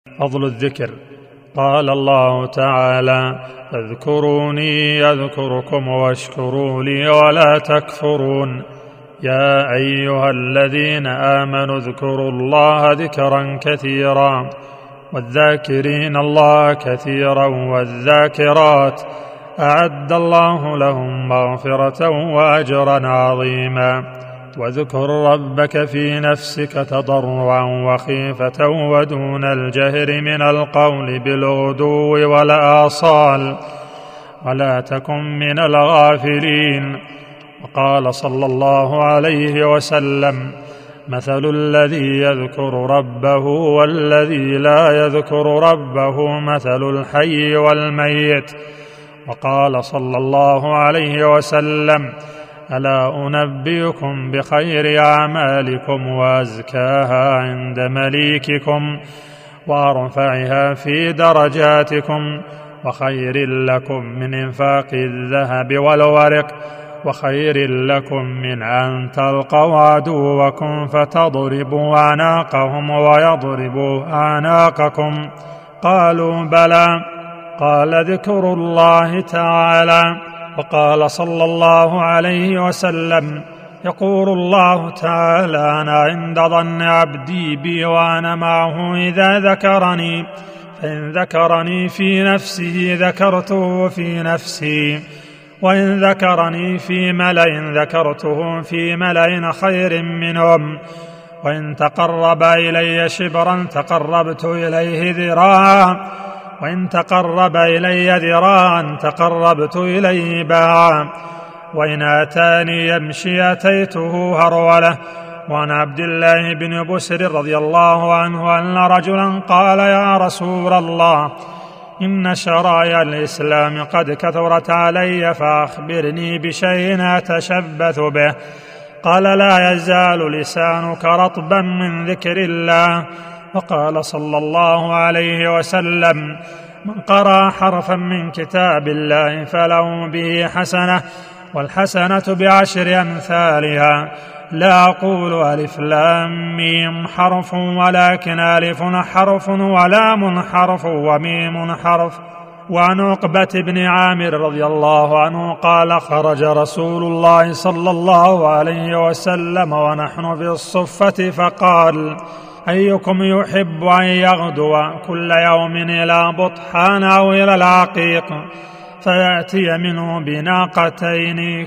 فضل الذكر. قال الله تعالى: فاذكروني أذكركم واشكروا لي ولا تكفرون. يا أيها الذين آمنوا اذكروا الله ذكرا كثيرا، والذاكرين الله كثيرا والذاكرات أعد الله لهم مغفرة وأجرا عظيما. واذكر ربك في نفسك تضرعا وخيفة ودون الجهر من القول بالغدو والآصال ولا تكن من الغافلين. وقال صلى الله عليه وسلم: مثل الذي يذكر ربه والذي لا يذكر ربه مثل الحي والميت. وقال صلى الله عليه وسلم: ألا أنبئكم بخير أعمالكم وأزكاها عند مليككم وأرفعها في درجاتكم وخير لكم من إنفاق الذهب والورق وخير لكم من أن تلقوا عدوكم فتضربوا أعناقهم ويضربوا أعناقكم. قالوا: بلى. قال: ذكر الله تعالى. وقال صلى الله عليه وسلم: يقول الله تعالى: أنا عند ظن عبدي بي وأنا معه إذا ذكرني، فإن ذكرني في نفسه ذكرته في نفسي، وإن ذكرني في ملأ ذكرته في ملأ خير منهم، وإن تقرب إلي شبرا تقربت إليه ذراعا، وإن تقرب إلي ذراعا تقربت إليه باعا، وإن أتاني يمشي أتيته هرولة. وعن عبد الله بن بسر رضي الله عنه أن رجلا قال: يا رسول الله، إن شرائع الإسلام قد كثرت علي فأخبرني بشيء أتشبث به. قال: لا يزال لسانك رطبا من ذكر الله. وقال صلى الله عليه وسلم: من قرأ حرفا من كتاب الله فله به حسنة، والحسنة بعشر أمثالها. لا أقول ألف لام ميم حرف، ولكن ألف حرف ولام حرف وميم حرف. وعن عقبة بن عامر رضي الله عنه قال: خرج رسول الله صلى الله عليه وسلم ونحن في الصفة فقال: أيكم يحب أن يغدو كل يوم إلى بطحان أو إلى العقيق فيأتي منه بناقتين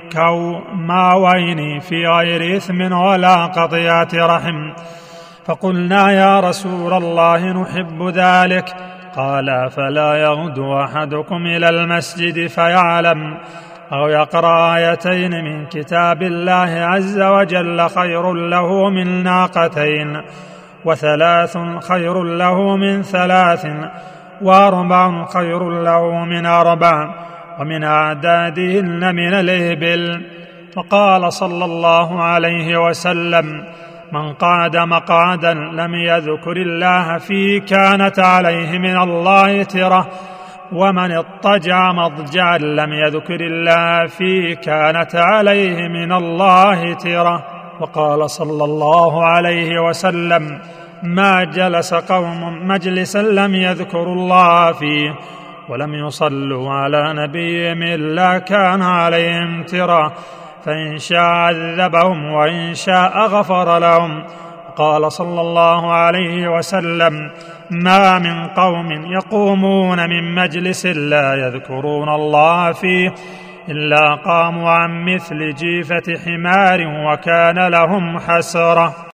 كوماوين في غير إثم ولا قطيعة رحم؟ فقلنا: يا رسول الله نحب ذلك. قال: فلا يغدو أحدكم إلى المسجد فيعلم أو يقرأ آيتين من كتاب الله عز وجل خير له من ناقتين، وثلاث خير له من ثلاث، وأربع خير له من أربع، ومن أعدادهن من الإبل. وقال صلى الله عليه وسلم: من قعد مقعدا لم يذكر الله فيه كانت عليه من الله ترة، ومن اضطجع مضجعا لم يذكر الله فيه كانت عليه من الله ترة. وقال صلى الله عليه وسلم: ما جلس قوم مجلسا لم يذكروا الله فيه ولم يصلوا على نبيهم إلا كان عليهم ترة، فإن شاء عذبهم وإن شاء غفر لهم. قال صلى الله عليه وسلم: ما من قوم يقومون من مجلس لا يذكرون الله فيه إلا قاموا عن مثل جيفة حمار وكان لهم حسرة.